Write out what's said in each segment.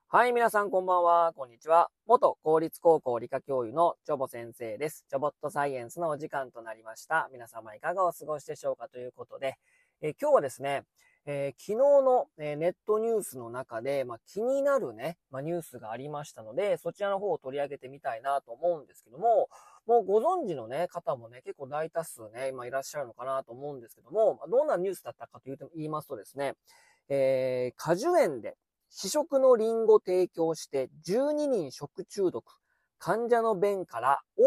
はい、皆さんこんばんは、こんにちは。元公立高校理科教諭のチョボ先生です。チョボットサイエンスのお時間となりました。皆様いかがお過ごしでしょうかということで、今日はですね、昨日の、ネットニュースの中で、気になるね、ニュースがありましたので、そちらの方を取り上げてみたいなと思うんですけども、もうご存知のね、方もね、結構大多数ね、今いらっしゃるのかなと思うんですけども、どんなニュースだったかと言いますとですね、果樹園で試食のリンゴ提供して12人食中毒。患者の便から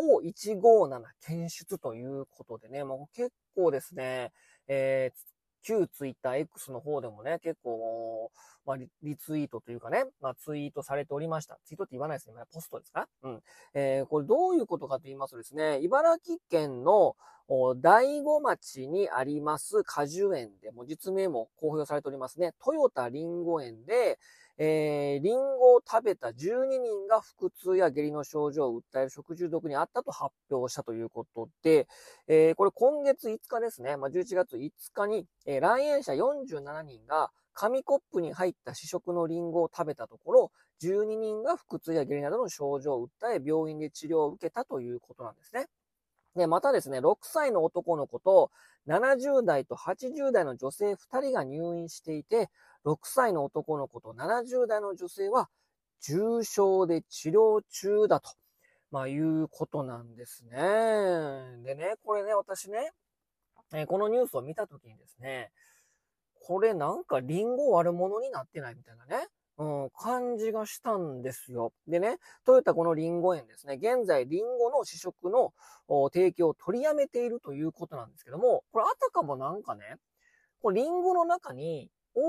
O157 検出ということでね、もう結構ですね、旧ツイッター X の方でもね、結構、リツイートというかね、ツイートされておりました。ツイートって言わないですね。ポストですか？これどういうことかと言いますとですね、茨城県の大子町にあります果樹園で、もう実名も公表されておりますね。豊田りんご園で、リンゴを食べた12人が腹痛や下痢の症状を訴える食中毒にあったと発表したということで、これ今月5日ですね、11月5日に、来園者47人が紙コップに入った試食のリンゴを食べたところ、12人が腹痛や下痢などの症状を訴え、病院で治療を受けたということなんですね。で、またですね、6歳の男の子と70代と80代の女性2人が入院していて、6歳の男の子と70代の女性は重症で治療中だと、いうことなんですね。でね、これね、私ね、このニュースを見たときにですね、これなんかリンゴ悪者になってないみたいなね、感じがしたんですよ。でね、トヨタこのリンゴ園ですね、現在リンゴの試食の提供を取りやめているということなんですけども、これあたかもなんかね、これリンゴの中に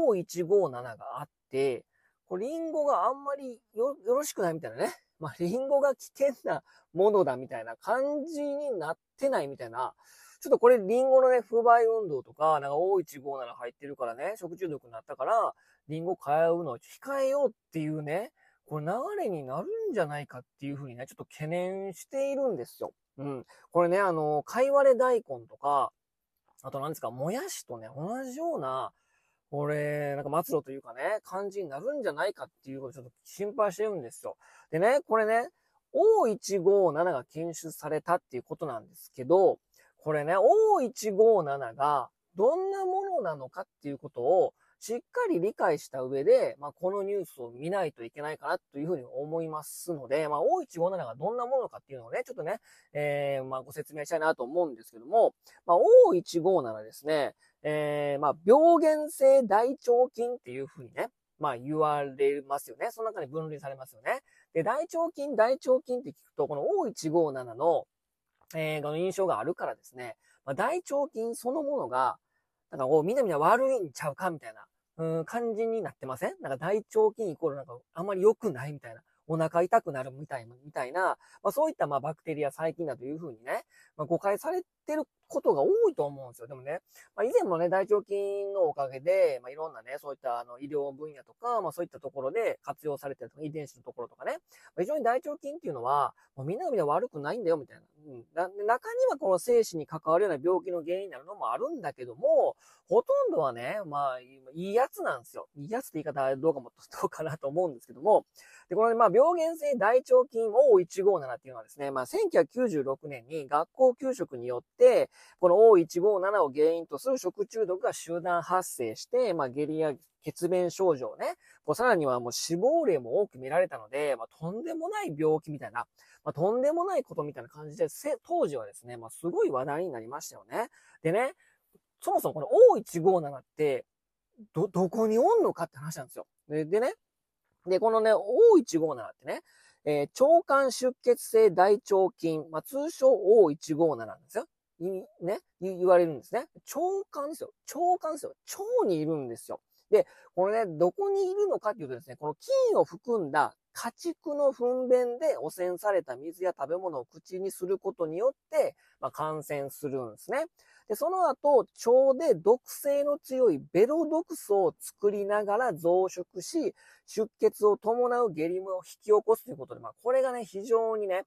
O157 があって、これリンゴがあんまりよろしくないみたいなね。リンゴが危険なものだみたいな感じになってないみたいな。ちょっとこれリンゴのね、不買運動とか、なんか O157 入ってるからね、食中毒になったから、リンゴ買うのを控えようっていうね、これ流れになるんじゃないかっていうふうにね、ちょっと懸念しているんですよ。これね、貝割れ大根とか、あと何ですか、もやしとね、同じような、これ、なんか末路というかね、感じになるんじゃないかっていうことをちょっと心配してるんですよ。でね、これね、O157 が検出されたっていうことなんですけど、これね、O157 がどんなものなのかっていうことをしっかり理解した上で、このニュースを見ないといけないかなというふうに思いますので、O157 がどんなものかっていうのをね、ちょっとね、ご説明したいなと思うんですけども、O157 ですね、病原性大腸菌っていうふうにね、言われますよね。その中に分類されますよね。で、大腸菌って聞くと、この O157 の、この印象があるからですね、大腸菌そのものが、なんか、みなみな悪いんちゃうかみたいな、感じになってません？なんか大腸菌イコールなんか、あんまり良くないみたいな。お腹痛くなるみたいな、そういったバクテリア、細菌だというふうにね、誤解されてることが多いと思うんですよ。でもね、以前もね、大腸菌のおかげで、いろんなね、そういった医療分野とか、そういったところで活用されてるとか、遺伝子のところとかね、非常に大腸菌っていうのは、もうみんながみんな悪くないんだよ、みたいな。中にはこの生死に関わるような病気の原因になるのもあるんだけども、ほとんどはね、いいやつなんですよ。いいやつって言い方はどうかなと思うんですけども、で、このね、病原性大腸菌 O157 っていうのはですね、1996年に学校給食によって、この O157 を原因とする食中毒が集団発生して、下痢や血便症状ね、さらにはもう死亡例も多く見られたので、とんでもない病気みたいな、とんでもないことみたいな感じで、当時はですね、すごい話題になりましたよね。でね、そもそもこの O157 って、どこにおんのかって話なんですよ。でね、このね、O157 ってね、腸管出血性大腸菌、通称 O157 なんですよ。言われるんですね。腸管ですよ。腸管ですよ。腸にいるんですよ。で、これね、どこにいるのかっていうとですね、この菌を含んだ家畜の糞便で汚染された水や食べ物を口にすることによって、感染するんですね。で、その後、腸で毒性の強いベロ毒素を作りながら増殖し、出血を伴う下痢を引き起こすということで、これがね、非常にね、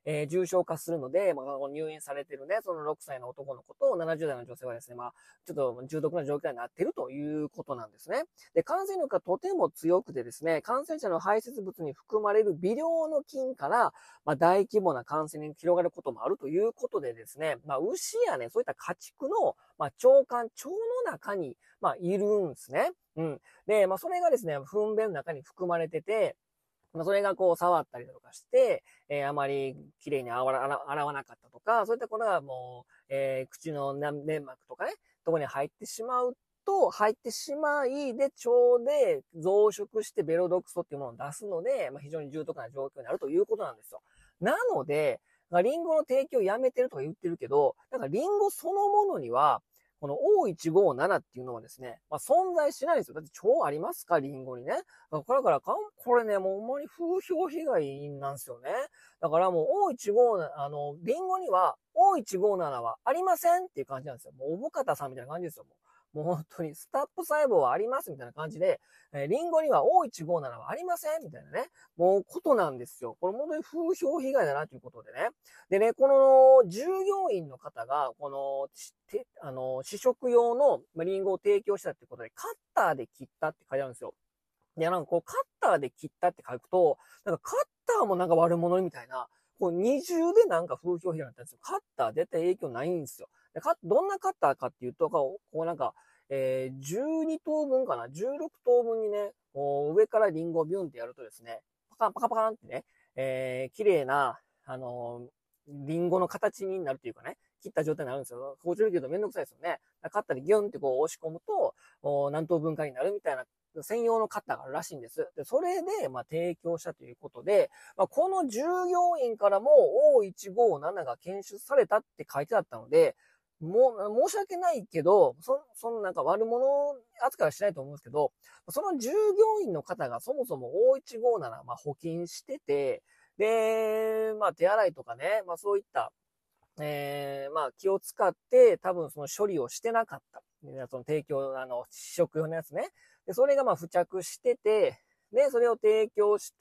重症化するので、入院されてるね、その6歳の男の子と70代の女性はですね、ちょっと重篤な状況になっているということなんですね。で、感染力がとても強くてですね、感染者の排泄物に含まれる微量の菌から、大規模な感染に広がることもあるということでですね、牛やね、そういった家畜の、腸の中に、いるんですね。うん。で、それがですね、糞便の中に含まれてて、それがこう触ったりとかして、あまり綺麗に洗わなかったとか、そういったことがもう、口の粘膜とかね、とこに入ってしまい、で、腸で増殖してベロ毒素っていうものを出すので、非常に重篤な状況になるということなんですよ。なので、リンゴの提供をやめてるとか言ってるけど、リンゴそのものには、この O157 っていうのはですね、存在しないんですよ。だって腸ありますかリンゴにね。だからこれね、もうほんまに風評被害なんですよね。だからもう O157、リンゴには O157 はありませんっていう感じなんですよ。もうおぼかたさんみたいな感じですよ。もう本当にスタップ細胞はありますみたいな感じで、リンゴには O157 はありませんみたいなね、もうことなんですよ。これ本当に風評被害だなということでね。でね、この従業員の方が、この、試食用のリンゴを提供したってことで、カッターで切ったって書いてあるんですよ。で、こう、カッターで切ったって書くと、カッターも悪者みたいな、こう二重で風評被害になったんですよ。カッター絶対影響ないんですよ。でどんなカッターかっていうと、こう12等分かな ?16 等分にね、こう上からリンゴをビュンってやるとですね、パカパカってね、綺麗な、リンゴの形になるっていうかね、切った状態になるんですよ。包丁で切るとめんどくさいですよね。カッターでギュンってこう押し込むと、何等分かになるみたいな専用のカッターがあるらしいんです。でそれで、提供したということで、この従業員からも O157 が検出されたって書いてあったので、もう、申し訳ないけど、その悪者扱いはしないと思うんですけど、その従業員の方がそもそも O157、補菌してて、で、手洗いとかね、そういった、気を使って多分その処理をしてなかった。その提供、試食用のやつね。で、それが付着してて、で、それを提供して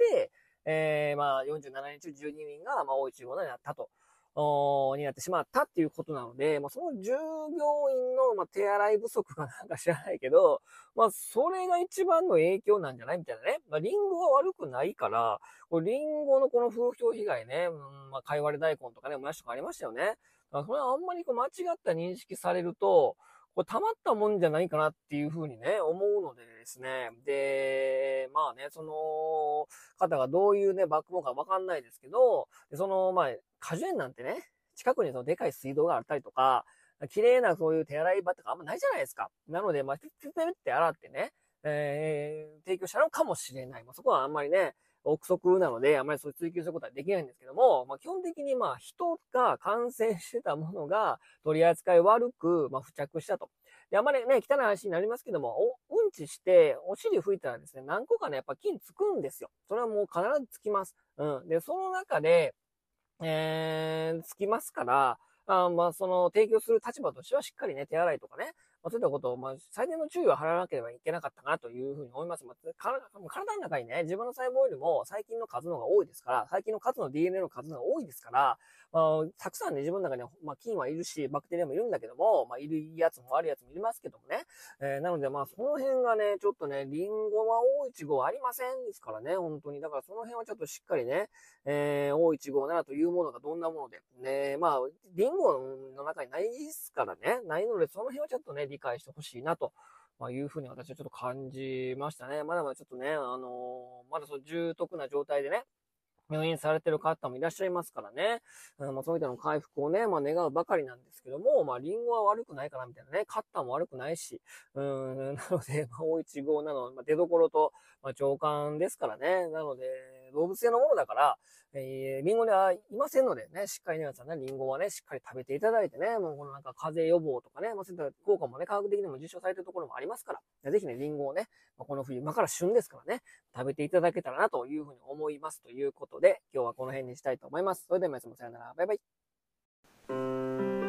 、47人中12人が、O157になったと。になってしまったっていうことなので、その従業員の、手洗い不足かなんか知らないけど、それが一番の影響なんじゃないみたいなね。リンゴが悪くないから、リンゴのこの風評被害ね、かいわれ大根とかね、もやしとかありましたよね。それはあんまり間違った認識されると、これ溜まったもんじゃないかなっていうふうにね、思うのでですね。で、その方がどういうね、バックボーンかわかんないですけど、果樹園なんてね、近くにそのでかい水道があったりとか、綺麗なそういう手洗い場とかあんまないじゃないですか。なので、ピッピッピッって洗ってね、提供したのかもしれない。そこはあんまりね、憶測なので、あまりそう追求することはできないんですけども、基本的に人が感染してたものが取り扱い悪く、付着したと。で、あまりね、汚い話になりますけども、うんちして、お尻拭いたらですね、何個かね、やっぱ菌つくんですよ。それはもう必ずつきます。うん。で、その中で、つきますから、その提供する立場としてはしっかりね、手洗いとかね、そういったことを、最低の注意を払わなければいけなかったなというふうに思います。体の中にね、自分の細胞よりも細菌の数の方が多いですから、細菌の数の DNA の数の方が多いですから、たくさんね、自分の中には、菌はいるし、バクテリアもいるんだけども、いるやつも悪いやつもいますけどもね。なので、その辺がね、ちょっとね、リンゴは O157 ありませんですからね、本当に。だからその辺はちょっとしっかりね、O157 というものがどんなもので、ね、リンゴの中にないですからね、ないので、その辺はちょっとね、理解してほしいなと。いうふうに私はちょっと感じましたね。まだまだちょっとね、まだそう重篤な状態でね、入院されてる方もいらっしゃいますからね。そういったの回復をね、願うばかりなんですけども、リンゴは悪くないかなみたいなね、カッターも悪くないし、なので、O157 の、出所と、腸管ですからね。なので、動物性のものだから、リンゴにはいませんのでね、しっかりね、皆さんね、リンゴはね、しっかり食べていただいてね、もうこの風邪予防とかね、そういった効果もね、科学的にも実証されているところもありますから、ぜひね、リンゴをね、この冬、今から旬ですからね、食べていただけたらなというふうに思いますということで、今日はこの辺にしたいと思います。それでは皆さんもさよなら。バイバイ。